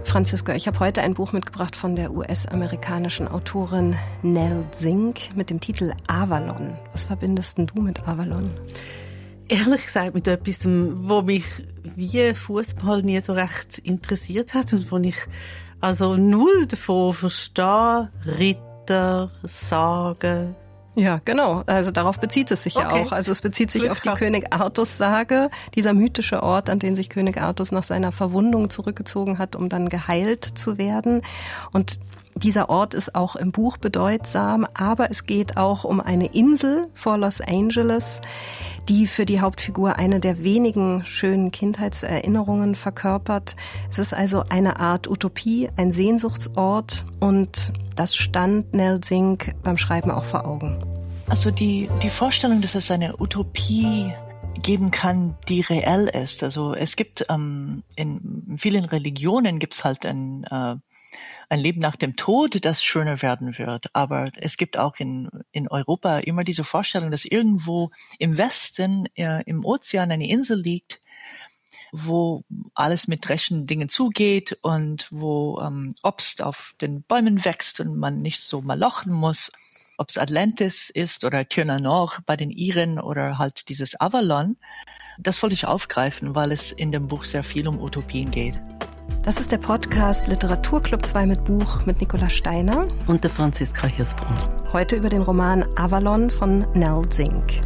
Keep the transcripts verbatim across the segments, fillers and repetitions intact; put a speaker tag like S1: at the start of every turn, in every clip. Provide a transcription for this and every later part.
S1: Franziska, ich habe heute ein Buch mitgebracht von der U S-amerikanischen Autorin Nell Zink mit dem Titel Avalon. Was verbindest denn du mit Avalon?
S2: Ehrlich gesagt mit etwas, wo mich wie Fußball nie so recht interessiert hat und wo ich also null davon verstehe. Ritter, Sagen.
S1: Ja, genau. Also darauf bezieht es sich okay. ja auch. Also es bezieht sich Glück auf die König Artus-Sage, dieser mythische Ort, an den sich König Artus nach seiner Verwundung zurückgezogen hat, um dann geheilt zu werden. Und dieser Ort ist auch im Buch bedeutsam, aber es geht auch um eine Insel vor Los Angeles, die für die Hauptfigur eine der wenigen schönen Kindheitserinnerungen verkörpert. Es ist also eine Art Utopie, ein Sehnsuchtsort, und das stand Nell Zink beim Schreiben auch vor Augen.
S3: Also die, die Vorstellung, dass es eine Utopie geben kann, die reell ist. Also es gibt ähm, in vielen Religionen gibt es halt ein äh, ein Leben nach dem Tod, das schöner werden wird. Aber es gibt auch in, in Europa immer diese Vorstellung, dass irgendwo im Westen, äh, im Ozean eine Insel liegt, wo alles mit rechten Dingen zugeht und wo ähm, Obst auf den Bäumen wächst und man nicht so malochen muss. Ob es Atlantis ist oder Cynanor bei den Iren oder halt dieses Avalon. Das wollte ich aufgreifen, weil es in dem Buch sehr viel um Utopien geht.
S1: Das ist der Podcast Literaturclub zwei mit Buch mit Nicola Steiner
S2: und der Franziska Hirsbrunn.
S1: Heute über den Roman Avalon von Nell Zink.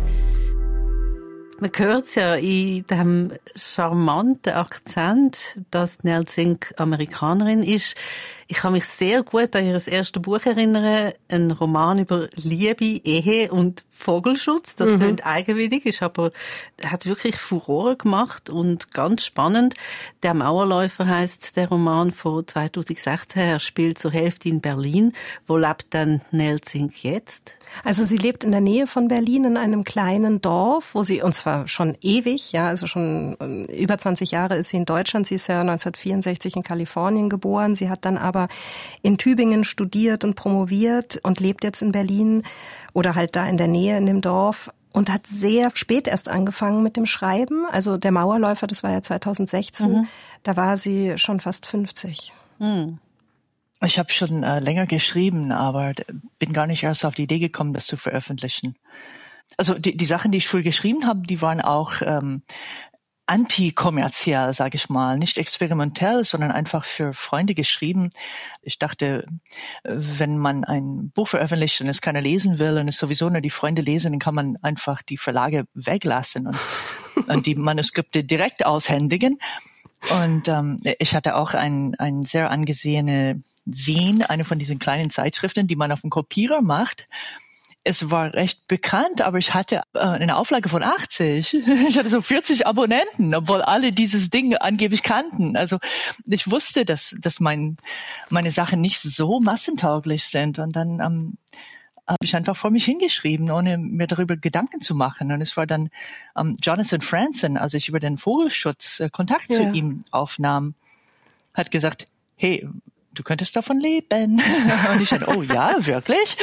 S2: Man hört es ja in dem charmanten Akzent, dass Nell Zink Amerikanerin ist. Ich kann mich sehr gut an ihr erstes Buch erinnern, ein Roman über Liebe, Ehe und Vogelschutz. Das mhm. klingt eigenwillig, ist aber hat wirklich Furore gemacht und ganz spannend. Der Mauerläufer heisst der Roman von zweitausendsechzehn. Er spielt zur Hälfte in Berlin. Wo lebt denn Nell Zink jetzt?
S1: Also sie lebt in der Nähe von Berlin in einem kleinen Dorf, wo sie, und zwar schon ewig, ja, also schon über zwanzig Jahre ist sie in Deutschland. Sie ist ja neunzehnhundertvierundsechzig in Kalifornien geboren. Sie hat dann aber in Tübingen studiert und promoviert und lebt jetzt in Berlin oder halt da in der Nähe in dem Dorf und hat sehr spät erst angefangen mit dem Schreiben. Also der Mauerläufer, das war ja zweitausendsechzehn, mhm. da war sie schon fast fünfzig.
S3: Mhm. Ich habe schon äh, länger geschrieben, aber bin gar nicht erst auf die Idee gekommen, das zu veröffentlichen. Also die, die Sachen, die ich früher geschrieben habe, die waren auch ähm, antikommerziell, sage ich mal, nicht experimentell, sondern einfach für Freunde geschrieben. Ich dachte, wenn man ein Buch veröffentlicht und es keiner lesen will und es sowieso nur die Freunde lesen, dann kann man einfach die Verlage weglassen und, und die Manuskripte direkt aushändigen. Und ähm, ich hatte auch ein, ein sehr angesehene Zine, eine von diesen kleinen Zeitschriften, die man auf dem Kopierer macht. Es war recht bekannt, aber ich hatte äh, eine Auflage von achtzig. Ich hatte so vierzig Abonnenten, obwohl alle dieses Ding angeblich kannten. Also ich wusste, dass, dass mein, meine Sachen nicht so massentauglich sind. Und dann ähm, habe ich einfach vor mich hingeschrieben, ohne mir darüber Gedanken zu machen. Und es war dann ähm, Jonathan Franzen, als ich über den Vogelschutz äh, Kontakt ja. zu ihm aufnahm, hat gesagt, hey, du könntest davon leben. Und ich dachte, oh ja, wirklich?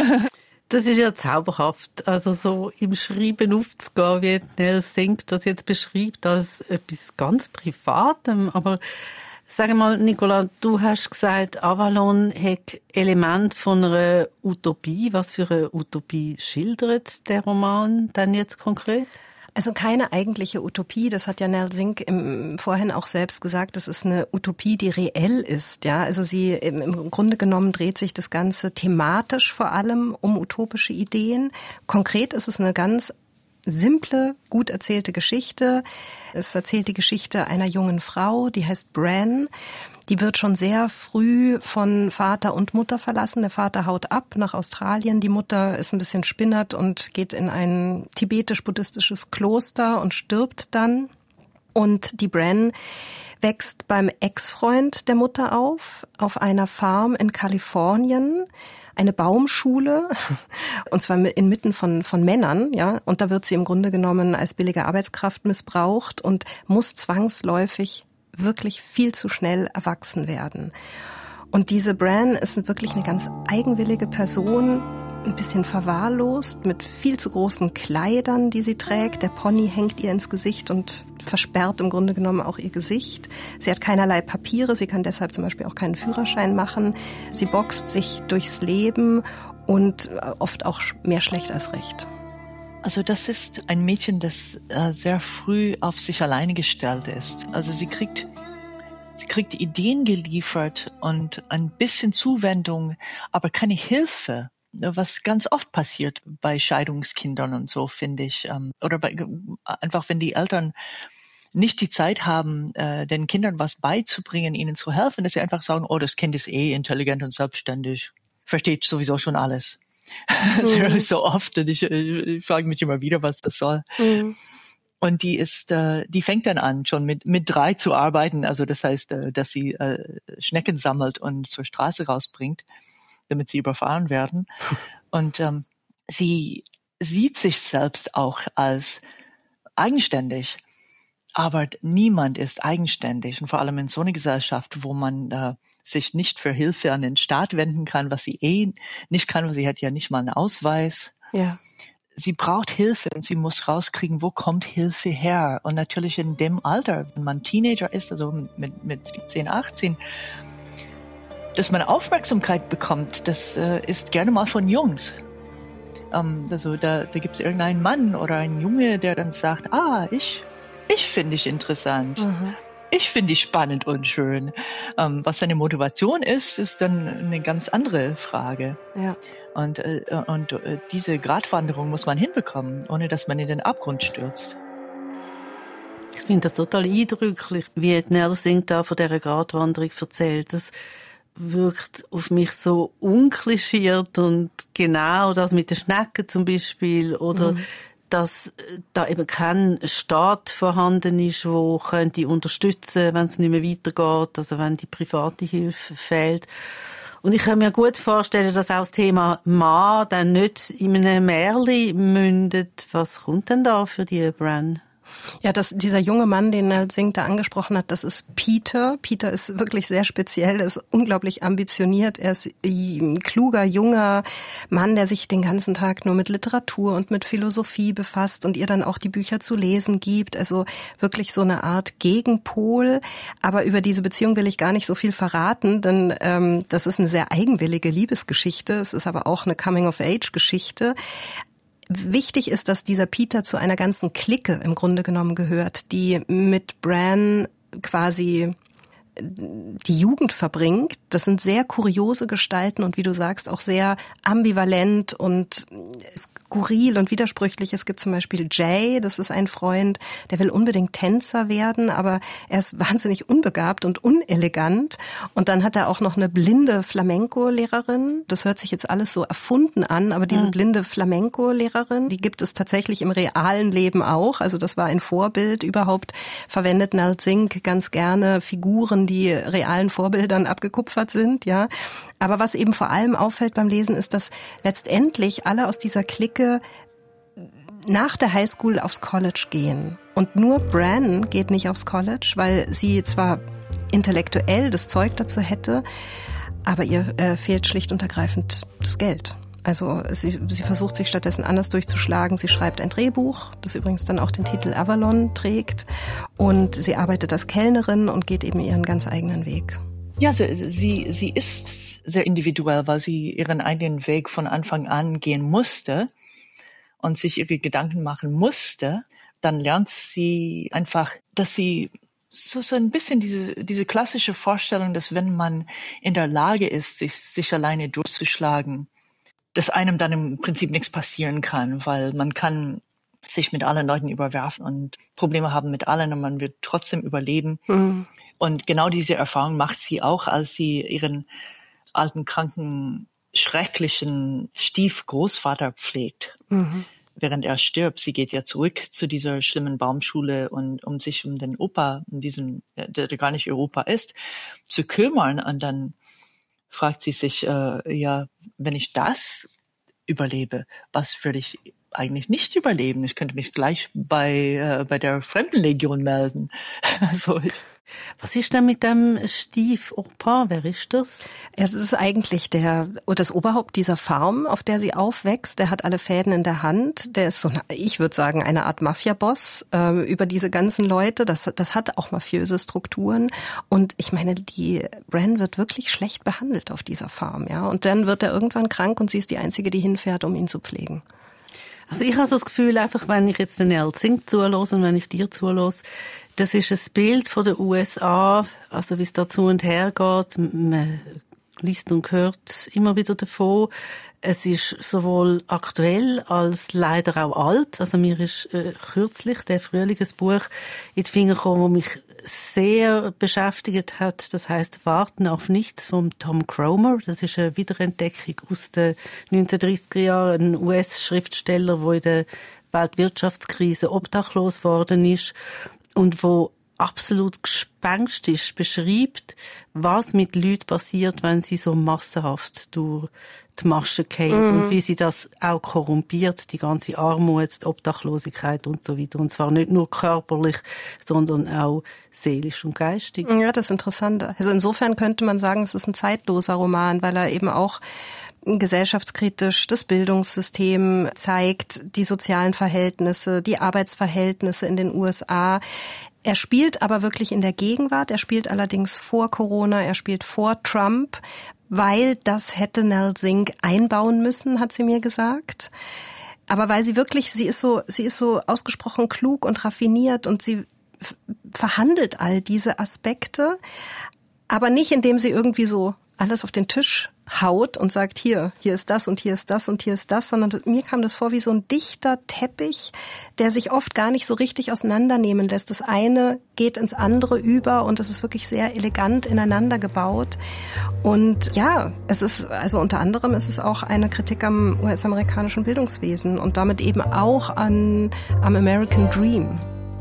S2: Das ist ja zauberhaft, also so im Schreiben aufzugehen, wie Nell Zink das jetzt beschreibt, als etwas ganz Privatem. Aber sag mal, Nicola, du hast gesagt, Avalon hat Element von einer Utopie. Was für eine Utopie schildert der Roman denn jetzt konkret?
S1: Also keine eigentliche Utopie, das hat ja Nell Zink im, vorhin auch selbst gesagt, das ist eine Utopie, die reell ist. Ja, also sie im Grunde genommen dreht sich das Ganze thematisch vor allem um utopische Ideen. Konkret ist es eine ganz simple, gut erzählte Geschichte. Es erzählt die Geschichte einer jungen Frau, die heißt Bran. Die wird schon sehr früh von Vater und Mutter verlassen. Der Vater haut ab nach Australien. Die Mutter ist ein bisschen spinnert und geht in ein tibetisch-buddhistisches Kloster und stirbt dann. Und die Bran wächst beim Ex-Freund der Mutter auf, auf einer Farm in Kalifornien. Eine Baumschule, und zwar inmitten von, von Männern, ja. Und da wird sie im Grunde genommen als billige Arbeitskraft missbraucht und muss zwangsläufig wirklich viel zu schnell erwachsen werden. Und diese Bran ist wirklich eine ganz eigenwillige Person, ein bisschen verwahrlost, mit viel zu großen Kleidern, die sie trägt. Der Pony hängt ihr ins Gesicht und versperrt im Grunde genommen auch ihr Gesicht. Sie hat keinerlei Papiere, sie kann deshalb zum Beispiel auch keinen Führerschein machen. Sie boxt sich durchs Leben und oft auch mehr schlecht als recht.
S3: Also das ist ein Mädchen, das äh, sehr früh auf sich alleine gestellt ist. Also sie kriegt Sie kriegt Ideen geliefert und ein bisschen Zuwendung, aber keine Hilfe, was ganz oft passiert bei Scheidungskindern und so, finde ich. Oder bei, einfach, wenn die Eltern nicht die Zeit haben, den Kindern was beizubringen, ihnen zu helfen, dass sie einfach sagen, oh, das Kind ist eh intelligent und selbstständig, versteht sowieso schon alles. Mhm. Das höre ich so oft und ich, ich frage mich immer wieder, was das soll. Mhm. Und die ist, äh, die fängt dann an, schon mit mit drei zu arbeiten. Also das heißt, äh, dass sie äh, Schnecken sammelt und zur Straße rausbringt, damit sie überfahren werden. Und ähm, sie sieht sich selbst auch als eigenständig. Aber niemand ist eigenständig. Und vor allem in so einer Gesellschaft, wo man äh, sich nicht für Hilfe an den Staat wenden kann, was sie eh nicht kann, weil sie hat ja nicht mal einen Ausweis.
S1: Ja.
S3: Sie braucht Hilfe und sie muss rauskriegen, wo kommt Hilfe her. Und natürlich in dem Alter, wenn man Teenager ist, also mit, mit siebzehn, achtzehn, dass man Aufmerksamkeit bekommt, das äh, ist gerne mal von Jungs. Ähm, also da, da gibt es irgendeinen Mann oder einen Junge, der dann sagt, ah, ich, ich finde dich interessant. Mhm. Ich finde dich spannend und schön. Ähm, was seine Motivation ist, ist dann eine ganz andere Frage.
S1: Ja.
S3: Und, äh, und äh, diese Gratwanderung muss man hinbekommen, ohne dass man in den Abgrund stürzt.
S2: Ich finde das total eindrücklich, wie Nell Singh da von dieser Gratwanderung erzählt. Das wirkt auf mich so unklischiert und genau das mit den Schnecken zum Beispiel oder mhm. dass da eben kein Staat vorhanden ist, der könnte unterstützen, wenn es nicht mehr weitergeht, also wenn die private Hilfe fehlt. Und ich kann mir gut vorstellen, dass auch das Thema Mann dann nicht in einem Märli mündet. Was kommt denn da für die Bran?
S1: Ja, das, dieser junge Mann, den Nell Singh da angesprochen hat, das ist Peter. Peter ist wirklich sehr speziell, er ist unglaublich ambitioniert. Er ist ein kluger, junger Mann, der sich den ganzen Tag nur mit Literatur und mit Philosophie befasst und ihr dann auch die Bücher zu lesen gibt. Also wirklich so eine Art Gegenpol. Aber über diese Beziehung will ich gar nicht so viel verraten, denn ähm, das ist eine sehr eigenwillige Liebesgeschichte. Es ist aber auch eine Coming-of-Age-Geschichte. Wichtig ist, dass dieser Peter zu einer ganzen Clique im Grunde genommen gehört, die mit Bran quasi die Jugend verbringt. Das sind sehr kuriose Gestalten und wie du sagst, auch sehr ambivalent und skurril und widersprüchlich. Es gibt zum Beispiel Jay, das ist ein Freund, der will unbedingt Tänzer werden, aber er ist wahnsinnig unbegabt und unelegant. Und dann hat er auch noch eine blinde Flamenco-Lehrerin. Das hört sich jetzt alles so erfunden an, aber diese mhm. blinde Flamenco-Lehrerin, die gibt es tatsächlich im realen Leben auch. Also das war ein Vorbild. Überhaupt verwendet Nell Singh ganz gerne Figuren, die realen Vorbildern abgekupfert sind, ja. Aber was eben vor allem auffällt beim Lesen ist, dass letztendlich alle aus dieser Clique nach der Highschool aufs College gehen. Und nur Bran geht nicht aufs College, weil sie zwar intellektuell das Zeug dazu hätte, aber ihr äh, fehlt schlicht und ergreifend das Geld. Also sie, sie versucht sich stattdessen anders durchzuschlagen. Sie schreibt ein Drehbuch, das übrigens dann auch den Titel Avalon trägt. Und sie arbeitet als Kellnerin und geht eben ihren ganz eigenen Weg.
S3: Ja, sie, sie, sie ist sehr individuell, weil sie ihren eigenen Weg von Anfang an gehen musste und sich ihre Gedanken machen musste. Dann lernt sie einfach, dass sie so, so ein bisschen diese, diese klassische Vorstellung, dass wenn man in der Lage ist, sich, sich alleine durchzuschlagen, dass einem dann im Prinzip nichts passieren kann, weil man kann sich mit allen Leuten überwerfen und Probleme haben mit allen und man wird trotzdem überleben. Mhm. Und genau diese Erfahrung macht sie auch, als sie ihren alten, kranken, schrecklichen Stiefgroßvater pflegt. Mhm. Während er stirbt, sie geht ja zurück zu dieser schlimmen Baumschule und um sich um den Opa, in diesem, der, der gar nicht Europa ist, zu kümmern. Und dann fragt sie sich, äh, ja, wenn ich das überlebe, was würde ich eigentlich nicht überleben? Ich könnte mich gleich bei äh, bei der Fremdenlegion melden. Also ich
S2: Was ist denn mit dem Stiefopa? Wer ist das?
S1: Es ist eigentlich der, das Oberhaupt dieser Farm, auf der sie aufwächst. Der hat alle Fäden in der Hand. Der ist so, eine, ich würde sagen, eine Art Mafia-Boss äh, über diese ganzen Leute. Das, das hat auch mafiöse Strukturen. Und ich meine, die Bran wird wirklich schlecht behandelt auf dieser Farm, ja. Und dann wird er irgendwann krank und sie ist die Einzige, die hinfährt, um ihn zu pflegen.
S2: Also ich habe so das Gefühl, einfach wenn ich jetzt den Nell Zink zuhöre und wenn ich dir zuhöre, das ist ein Bild von den U S A, also wie es da zu und her geht. Man liest und hört immer wieder davon. Es ist sowohl aktuell als leider auch alt. Also mir ist äh, kürzlich der Frühling ein Buch in die Finger gekommen, das mich sehr beschäftigt hat. Das heisst «Warten auf nichts» von Tom Cromer. Das ist eine Wiederentdeckung aus den neunzehnhundertdreißiger Jahren. Ein U S-Schriftsteller, der in der Weltwirtschaftskrise obdachlos worden ist und wo absolut gespenstisch beschreibt, was mit Leuten passiert, wenn sie so massenhaft durch die Maschen fallen mm. und wie sie das auch korrumpiert, die ganze Armut, die Obdachlosigkeit und so weiter. Und zwar nicht nur körperlich, sondern auch seelisch und geistig.
S1: Ja, das ist interessant. Also insofern könnte man sagen, es ist ein zeitloser Roman, weil er eben auch gesellschaftskritisch das Bildungssystem zeigt, die sozialen Verhältnisse, die Arbeitsverhältnisse in den U S A. Er spielt aber wirklich in der Gegenwart. Er spielt allerdings vor Corona, er spielt vor Trump, weil das hätte Nell Zink einbauen müssen, hat sie mir gesagt. Aber weil sie wirklich, sie ist so, sie ist so ausgesprochen klug und raffiniert und sie f- verhandelt all diese Aspekte, aber nicht indem sie irgendwie so alles auf den Tisch haut und sagt, hier, hier ist das und hier ist das und hier ist das, sondern mir kam das vor wie so ein dichter Teppich, der sich oft gar nicht so richtig auseinandernehmen lässt. Das eine geht ins andere über und es ist wirklich sehr elegant ineinander gebaut. Und ja, es ist, also unter anderem ist es auch eine Kritik am U S-amerikanischen Bildungswesen und damit eben auch an, am American Dream.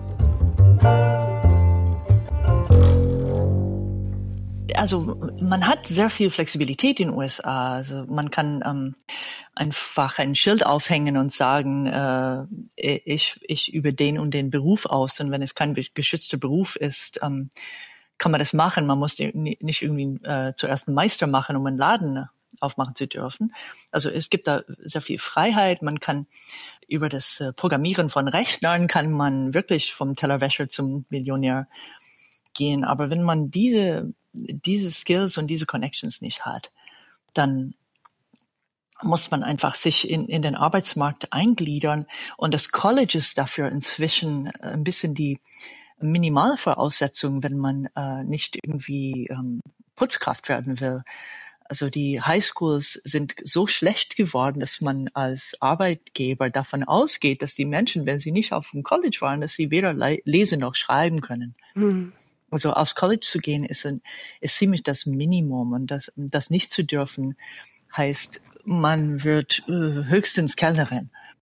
S3: Also man hat sehr viel Flexibilität in den U S A. Also man kann ähm, einfach ein Schild aufhängen und sagen, äh, ich, ich übe den und den Beruf aus. Und wenn es kein geschützter Beruf ist, ähm, kann man das machen. Man muss nicht irgendwie äh, zuerst einen Meister machen, um einen Laden aufmachen zu dürfen. Also es gibt da sehr viel Freiheit. Man kann über das äh, Programmieren von Rechnern kann man wirklich vom Tellerwäscher zum Millionär gehen. Aber wenn man diese diese Skills und diese Connections nicht hat, dann muss man einfach sich in, in den Arbeitsmarkt eingliedern. Und das College ist dafür inzwischen ein bisschen die Minimalvoraussetzung, wenn man äh, nicht irgendwie ähm, Putzkraft werden will. Also die Highschools sind so schlecht geworden, dass man als Arbeitgeber davon ausgeht, dass die Menschen, wenn sie nicht auf dem College waren, dass sie weder le- lesen noch schreiben können. Mhm. Also aufs College zu gehen ist, ein, ist ziemlich das Minimum und das, das nicht zu dürfen heißt, man wird äh, höchstens Kellnerin.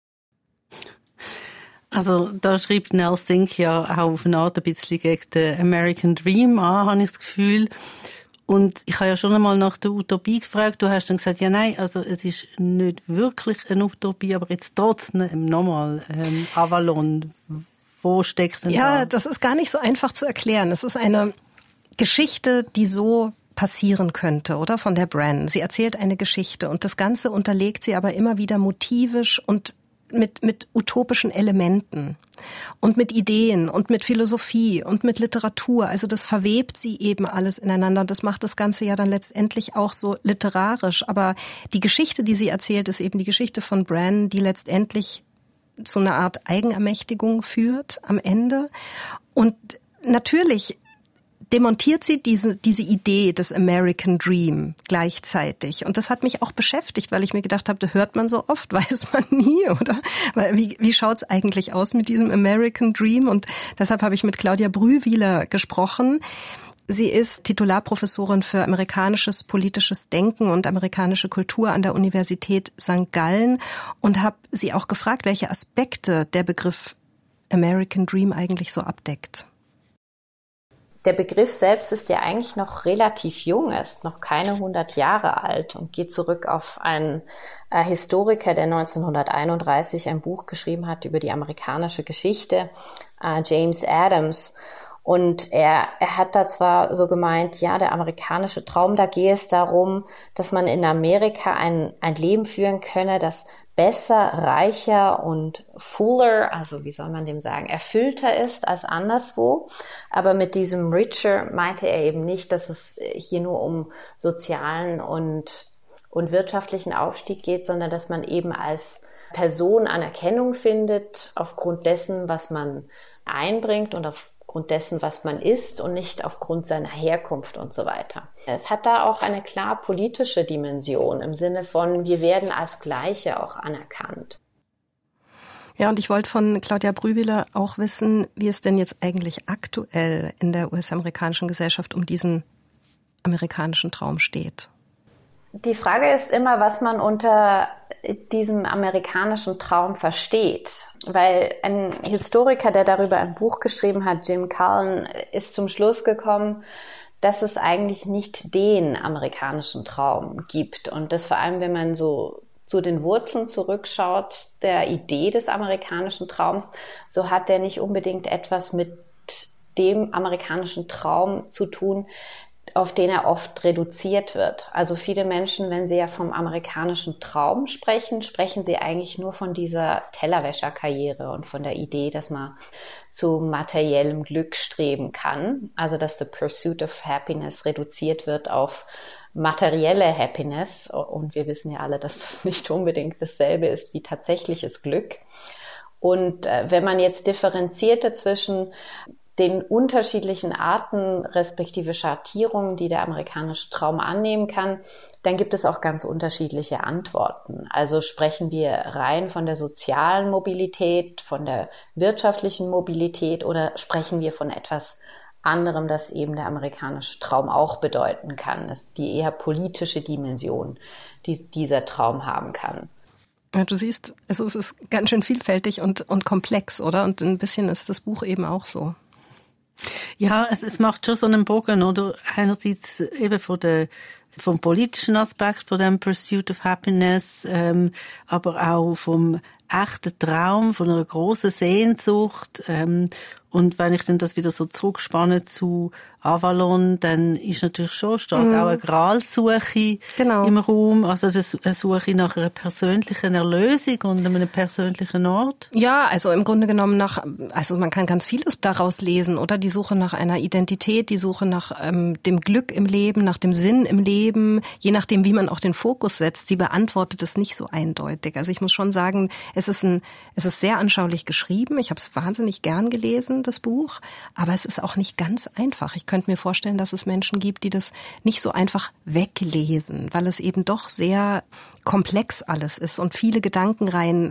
S2: Also da schreibt Nell Zink ja auch auf eine Art ein bisschen gegen den American Dream an, habe ich das Gefühl. Und ich habe ja schon einmal nach der Utopie gefragt. Du hast dann gesagt, ja nein, also es ist nicht wirklich eine Utopie, aber jetzt trotzdem nochmal ähm, Avalon. Wo steckt denn
S1: ja,
S2: da?
S1: Das ist gar nicht so einfach zu erklären. Es ist eine Geschichte, die so passieren könnte, oder? Von der Bran. Sie erzählt eine Geschichte und das Ganze unterlegt sie aber immer wieder motivisch und mit, mit utopischen Elementen und mit Ideen und mit Philosophie und mit Literatur. Also das verwebt sie eben alles ineinander und das macht das Ganze ja dann letztendlich auch so literarisch. Aber die Geschichte, die sie erzählt, ist eben die Geschichte von Bran, die letztendlich zu einer Art Eigenermächtigung führt am Ende. Und natürlich demontiert sie diese, diese Idee des American Dream gleichzeitig. Und das hat mich auch beschäftigt, weil ich mir gedacht habe, da hört man so oft, weiß man nie, oder? Weil wie, wie schaut's eigentlich aus mit diesem American Dream? Und deshalb habe ich mit Claudia Brühwiler gesprochen. Sie ist Titularprofessorin für amerikanisches politisches Denken und amerikanische Kultur an der Universität Sankt Gallen und habe sie auch gefragt, welche Aspekte der Begriff American Dream eigentlich so abdeckt.
S4: Der Begriff selbst ist ja eigentlich noch relativ jung, er ist noch keine hundert Jahre alt und geht zurück auf einen äh, Historiker, der neunzehnhunderteinunddreißig ein Buch geschrieben hat über die amerikanische Geschichte, äh, James Adams. Und er, er hat da zwar so gemeint, ja, der amerikanische Traum, da gehe es darum, dass man in Amerika ein, ein Leben führen könne, das besser, reicher und fuller, also wie soll man dem sagen, erfüllter ist als anderswo. Aber mit diesem richer meinte er eben nicht, dass es hier nur um sozialen und, und wirtschaftlichen Aufstieg geht, sondern dass man eben als Person Anerkennung findet aufgrund dessen, was man einbringt und aufgrund dessen, was man ist und nicht aufgrund seiner Herkunft und so weiter. Es hat da auch eine klar politische Dimension im Sinne von, wir werden als Gleiche auch anerkannt.
S1: Ja, und ich wollte von Claudia Brühwiler auch wissen, wie es denn jetzt eigentlich aktuell in der U S-amerikanischen Gesellschaft um diesen amerikanischen Traum steht.
S4: Die Frage ist immer, was man unter diesem amerikanischen Traum versteht. Weil ein Historiker, der darüber ein Buch geschrieben hat, Jim Cullen, ist zum Schluss gekommen, dass es eigentlich nicht den amerikanischen Traum gibt. Und das vor allem, wenn man so zu den Wurzeln zurückschaut, der Idee des amerikanischen Traums, so hat der nicht unbedingt etwas mit dem amerikanischen Traum zu tun, auf den er oft reduziert wird. Also viele Menschen, wenn sie ja vom amerikanischen Traum sprechen, sprechen sie eigentlich nur von dieser Tellerwäscherkarriere und von der Idee, dass man zu materiellem Glück streben kann. Also dass the pursuit of happiness reduziert wird auf materielle Happiness. Und wir wissen ja alle, dass das nicht unbedingt dasselbe ist wie tatsächliches Glück. Und äh, wenn man jetzt differenzierte zwischen den unterschiedlichen Arten respektive Schattierungen, die der amerikanische Traum annehmen kann, dann gibt es auch ganz unterschiedliche Antworten. Also sprechen wir rein von der sozialen Mobilität, von der wirtschaftlichen Mobilität oder sprechen wir von etwas anderem, das eben der amerikanische Traum auch bedeuten kann. Das ist die eher politische Dimension, die dieser Traum haben kann.
S1: Ja, du siehst, also es ist ganz schön vielfältig und, und komplex, oder? Und ein bisschen ist das Buch eben auch so.
S2: Ja, es, es macht schon so einen Bogen, oder? Einerseits eben von der, vom politischen Aspekt, von dem Pursuit of Happiness, ähm, aber auch vom echten Traum, von einer grossen Sehnsucht. Ähm, und wenn ich dann das wieder so zurückspanne zu Avalon, dann ist natürlich schon, steht mhm. auch eine Gralsuche genau. im Raum, also eine Suche nach einer persönlichen Erlösung und einem persönlichen Ort.
S1: Ja, also im Grunde genommen nach, also man kann ganz vieles daraus lesen, oder? Die Suche nach einer Identität, die Suche nach ähm, dem Glück im Leben, nach dem Sinn im Leben, je nachdem, wie man auch den Fokus setzt. Sie beantwortet es nicht so eindeutig. Also ich muss schon sagen, es ist ein, es ist sehr anschaulich geschrieben. Ich habe es wahnsinnig gern gelesen, das Buch, aber es ist auch nicht ganz einfach. Ich könnte mir vorstellen, dass es Menschen gibt, die das nicht so einfach weglesen, weil es eben doch sehr komplex alles ist und viele Gedankenreihen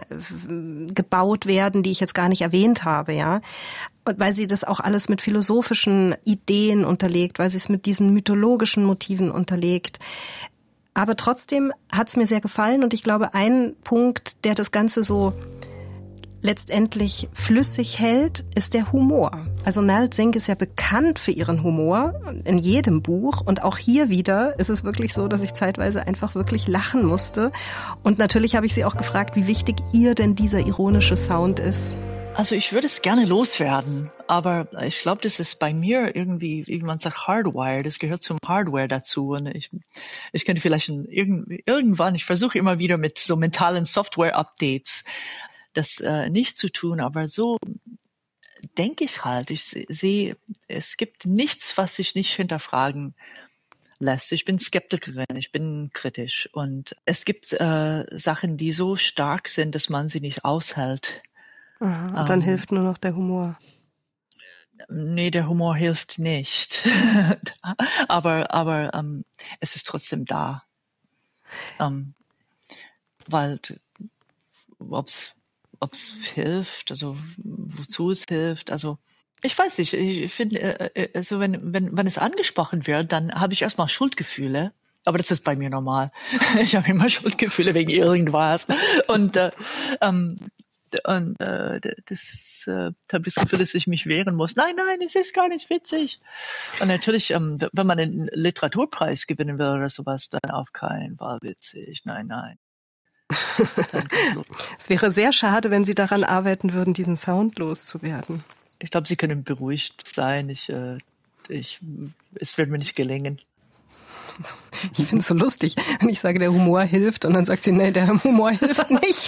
S1: gebaut werden, die ich jetzt gar nicht erwähnt habe, ja. Und weil sie das auch alles mit philosophischen Ideen unterlegt, weil sie es mit diesen mythologischen Motiven unterlegt. Aber trotzdem hat es mir sehr gefallen und ich glaube, ein Punkt, der das Ganze so letztendlich flüssig hält, ist der Humor. Also Nell Zink ist ja bekannt für ihren Humor in jedem Buch und auch hier wieder ist es wirklich so, dass ich zeitweise einfach wirklich lachen musste. Und natürlich habe ich sie auch gefragt, wie wichtig ihr denn dieser ironische Sound ist.
S3: Also ich würde es gerne loswerden, aber ich glaube, das ist bei mir irgendwie, wie man sagt, hardwired. Das gehört zum Hardware dazu. Und ich, ich könnte vielleicht irgendwann, ich versuche immer wieder mit so mentalen Software-Updates das äh, nicht zu tun, aber so denke ich halt. Ich sehe, es gibt nichts, was sich nicht hinterfragen lässt. Ich bin Skeptikerin, ich bin kritisch und es gibt äh, Sachen, die so stark sind, dass man sie nicht aushält.
S1: Aha, und dann ähm, hilft nur noch der Humor.
S3: Nee, der Humor hilft nicht. aber aber ähm, es ist trotzdem da. Ähm, weil ob's ob es hilft, also wozu es hilft, also ich weiß nicht, ich finde, also wenn wenn wenn es angesprochen wird, dann habe ich erstmal Schuldgefühle, aber das ist bei mir normal. Ich habe immer Schuldgefühle wegen irgendwas und äh, ähm, und äh, das äh, habe ich das Gefühl, dass ich mich wehren muss. Nein, nein, es ist gar nicht witzig. Und natürlich, ähm, wenn man einen Literaturpreis gewinnen will oder sowas, dann auf keinen Fall witzig. Nein, nein.
S1: Es wäre sehr schade, wenn Sie daran arbeiten würden, diesen Sound loszuwerden.
S3: ich glaube, Sie können beruhigt sein. Ich, äh, ich, es wird mir nicht gelingen.
S1: Ich finde es so lustig, wenn ich sage, der Humor hilft und dann sagt sie, nee, der Humor hilft nicht.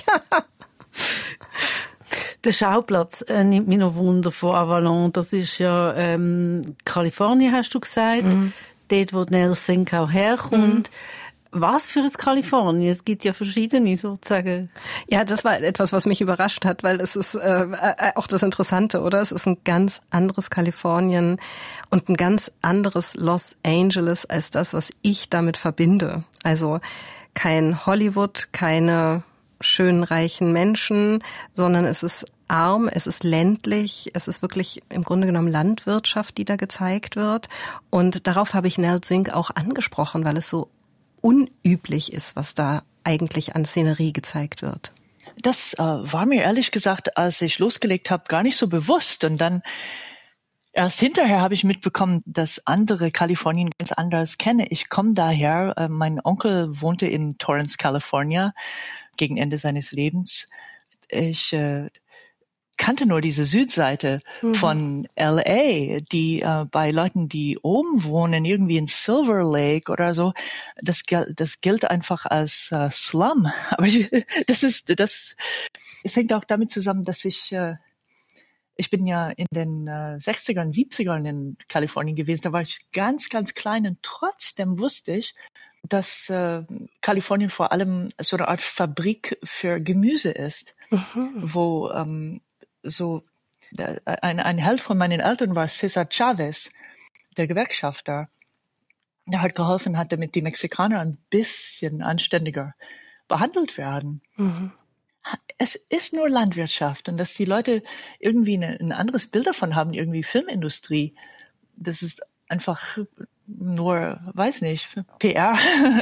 S2: Der Schauplatz äh, nimmt mich noch Wunder von Avalon. Das ist ja ähm, Kalifornien, hast du gesagt. Mhm. Dort, wo Nell Singh auch herkommt. Mhm. Was für ein Kalifornien? Es gibt ja verschiedene sozusagen.
S1: Ja, das war etwas, was mich überrascht hat, weil es ist äh, auch das Interessante, oder? Es ist ein ganz anderes Kalifornien und ein ganz anderes Los Angeles als das, was ich damit verbinde. Also kein Hollywood, keine schönen, reichen Menschen, sondern es ist arm, es ist ländlich, es ist wirklich im Grunde genommen Landwirtschaft, die da gezeigt wird. Und darauf habe ich Nell Singh auch angesprochen, weil es so unüblich ist, was da eigentlich an Szenerie gezeigt wird.
S3: Das äh, war mir ehrlich gesagt, als ich losgelegt habe, gar nicht so bewusst. Und dann erst hinterher habe ich mitbekommen, dass andere Kalifornien ganz anders kenne. Ich komme daher, äh, mein Onkel wohnte in Torrance, California, gegen Ende seines Lebens. Ich äh, kannte nur diese Südseite mhm. von L A, die äh, bei Leuten, die oben wohnen, irgendwie in Silver Lake oder so, das, das gilt einfach als äh, Slum. Aber ich, das ist, das, es hängt auch damit zusammen, dass ich, äh, ich bin ja in den äh, sechzigern, siebzigern in Kalifornien gewesen, da war ich ganz, ganz klein und trotzdem wusste ich, dass äh, Kalifornien vor allem so eine Art Fabrik für Gemüse ist, mhm. wo ähm, so ein, ein Held von meinen Eltern war Cesar Chavez, der Gewerkschafter. Der hat geholfen, hat damit die Mexikaner ein bisschen anständiger behandelt werden. Mhm. Es ist nur Landwirtschaft und dass die Leute irgendwie eine, ein anderes Bild davon haben, irgendwie Filmindustrie, das ist einfach nur, weiß nicht, P R.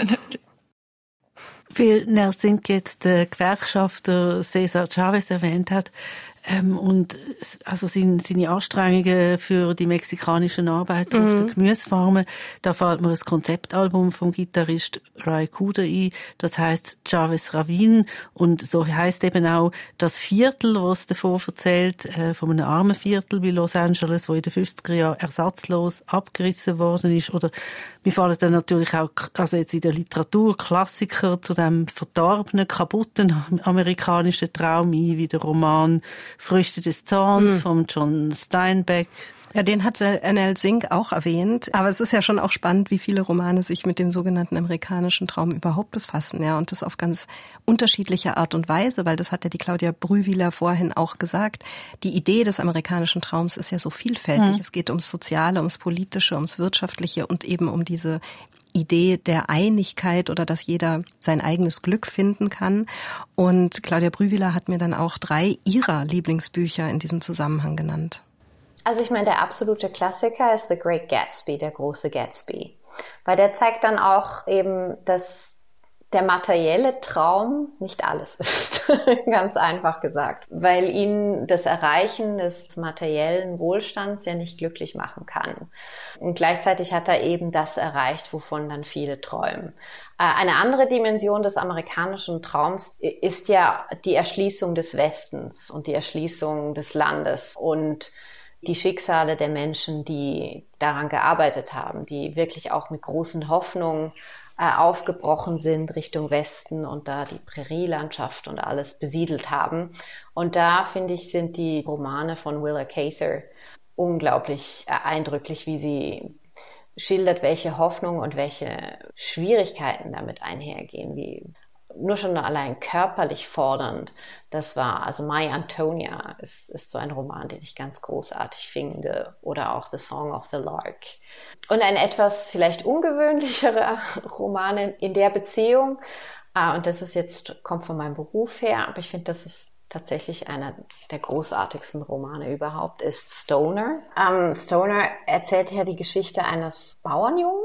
S2: Weil Nell Singh jetzt der Gewerkschafter Cesar Chavez erwähnt hat, Ähm, und also seine, seine Anstrengungen für die mexikanischen Arbeiter mhm. auf den Gemüsefarmen, da fällt mir ein Konzeptalbum vom Gitarrist Ray Cooder ein, das heisst Chavez Ravine und so heisst eben auch das Viertel, was davon erzählt, äh, von einem armen Viertel bei Los Angeles, wo in den fünfziger Jahren ersatzlos abgerissen worden ist. Oder mir fallen dann natürlich auch, also jetzt in der Literatur, Klassiker zu dem verdorbenen, kaputten amerikanischen Traum ein, wie der Roman Früchte des Zorns mhm. von John Steinbeck.
S1: Ja, den hat Nell Singh auch erwähnt. Aber es ist ja schon auch spannend, wie viele Romane sich mit dem sogenannten amerikanischen Traum überhaupt befassen. Ja, und das auf ganz unterschiedliche Art und Weise, weil das hat ja die Claudia Brühwiler vorhin auch gesagt. Die Idee des amerikanischen Traums ist ja so vielfältig. Mhm. Es geht ums Soziale, ums Politische, ums Wirtschaftliche und eben um diese Idee der Einigkeit oder dass jeder sein eigenes Glück finden kann. Und Claudia Brühwiler hat mir dann auch drei ihrer Lieblingsbücher in diesem Zusammenhang genannt.
S4: Also ich meine, der absolute Klassiker ist The Great Gatsby, der große Gatsby. Weil der zeigt dann auch eben, dass der materielle Traum nicht alles ist, ganz einfach gesagt. Weil ihn das Erreichen des materiellen Wohlstands ja nicht glücklich machen kann. Und gleichzeitig hat er eben das erreicht, wovon dann viele träumen. Eine andere Dimension des amerikanischen Traums ist ja die Erschließung des Westens und die Erschließung des Landes und die Schicksale der Menschen, die daran gearbeitet haben, die wirklich auch mit großen Hoffnungen äh, aufgebrochen sind Richtung Westen und da die Prärielandschaft und alles besiedelt haben. Und da, finde ich, sind die Romane von Willa Cather unglaublich äh, eindrücklich, wie sie schildert, welche Hoffnungen und welche Schwierigkeiten damit einhergehen, wie nur schon allein körperlich fordernd das war. Also My Antonia ist, ist so ein Roman, den ich ganz großartig finde. Oder auch The Song of the Lark. Und ein etwas vielleicht ungewöhnlicherer Roman in, in der Beziehung. Ah, und das ist jetzt, kommt von meinem Beruf her, aber ich finde, das ist tatsächlich einer der großartigsten Romane überhaupt, ist Stoner. Ähm, Stoner erzählt ja die Geschichte eines Bauernjungen,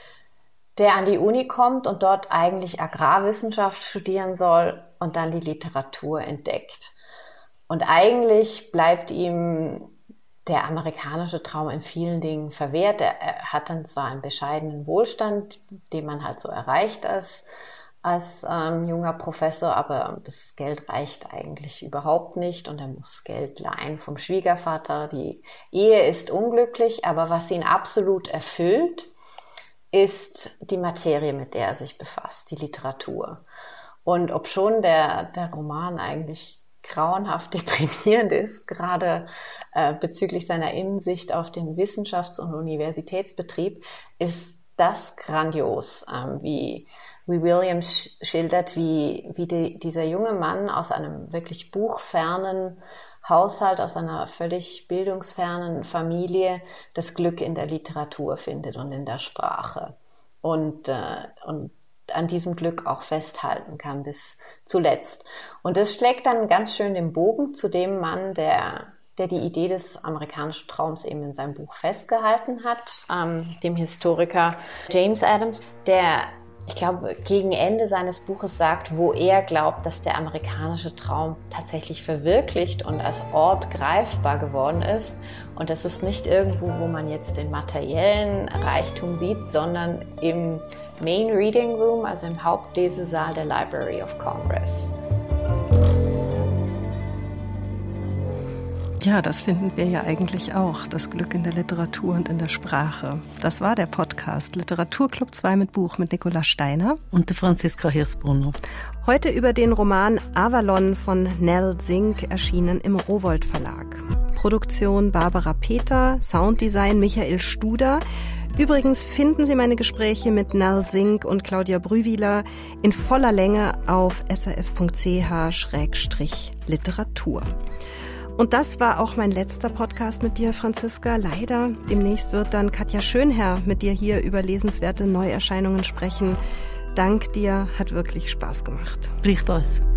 S4: der an die Uni kommt und dort eigentlich Agrarwissenschaft studieren soll und dann die Literatur entdeckt. Und eigentlich bleibt ihm der amerikanische Traum in vielen Dingen verwehrt. Er hat dann zwar einen bescheidenen Wohlstand, den man halt so erreicht als als ähm, junger Professor, aber das Geld reicht eigentlich überhaupt nicht und er muss Geld leihen vom Schwiegervater. Die Ehe ist unglücklich, aber was ihn absolut erfüllt, ist die Materie, mit der er sich befasst, die Literatur. Und obschon der, der Roman eigentlich grauenhaft deprimierend ist, gerade äh, bezüglich seiner Innensicht auf den Wissenschafts- und Universitätsbetrieb, ist das grandios, ähm, wie wie Williams schildert, wie, wie die, dieser junge Mann aus einem wirklich buchfernen Haushalt, aus einer völlig bildungsfernen Familie das Glück in der Literatur findet und in der Sprache. Und, äh, und an diesem Glück auch festhalten kann bis zuletzt. Und das schlägt dann ganz schön den Bogen zu dem Mann, der, der die Idee des amerikanischen Traums eben in seinem Buch festgehalten hat, ähm, dem Historiker James Adams, der ich glaube, gegen Ende seines Buches sagt, wo er glaubt, dass der amerikanische Traum tatsächlich verwirklicht und als Ort greifbar geworden ist. Und das ist nicht irgendwo, wo man jetzt den materiellen Reichtum sieht, sondern im Main Reading Room, also im Hauptlesesaal der Library of Congress.
S1: Ja, das finden wir ja eigentlich auch, das Glück in der Literatur und in der Sprache. Das war der Podcast Literaturclub zwei mit Buch mit Nicola Steiner
S2: und der Franziska Hirsbrunner.
S1: Heute über den Roman Avalon von Nell Zink, erschienen im Rowohlt Verlag. Produktion Barbara Peter, Sounddesign Michael Studer. Übrigens finden Sie meine Gespräche mit Nell Zink und Claudia Brühwiler in voller Länge auf s r f punkt c h Schrägstrich Literatur. Und das war auch mein letzter Podcast mit dir, Franziska. Leider. Demnächst wird dann Katja Schönherr mit dir hier über lesenswerte Neuerscheinungen sprechen. Dank dir, hat wirklich Spaß gemacht.
S2: Gleichfalls.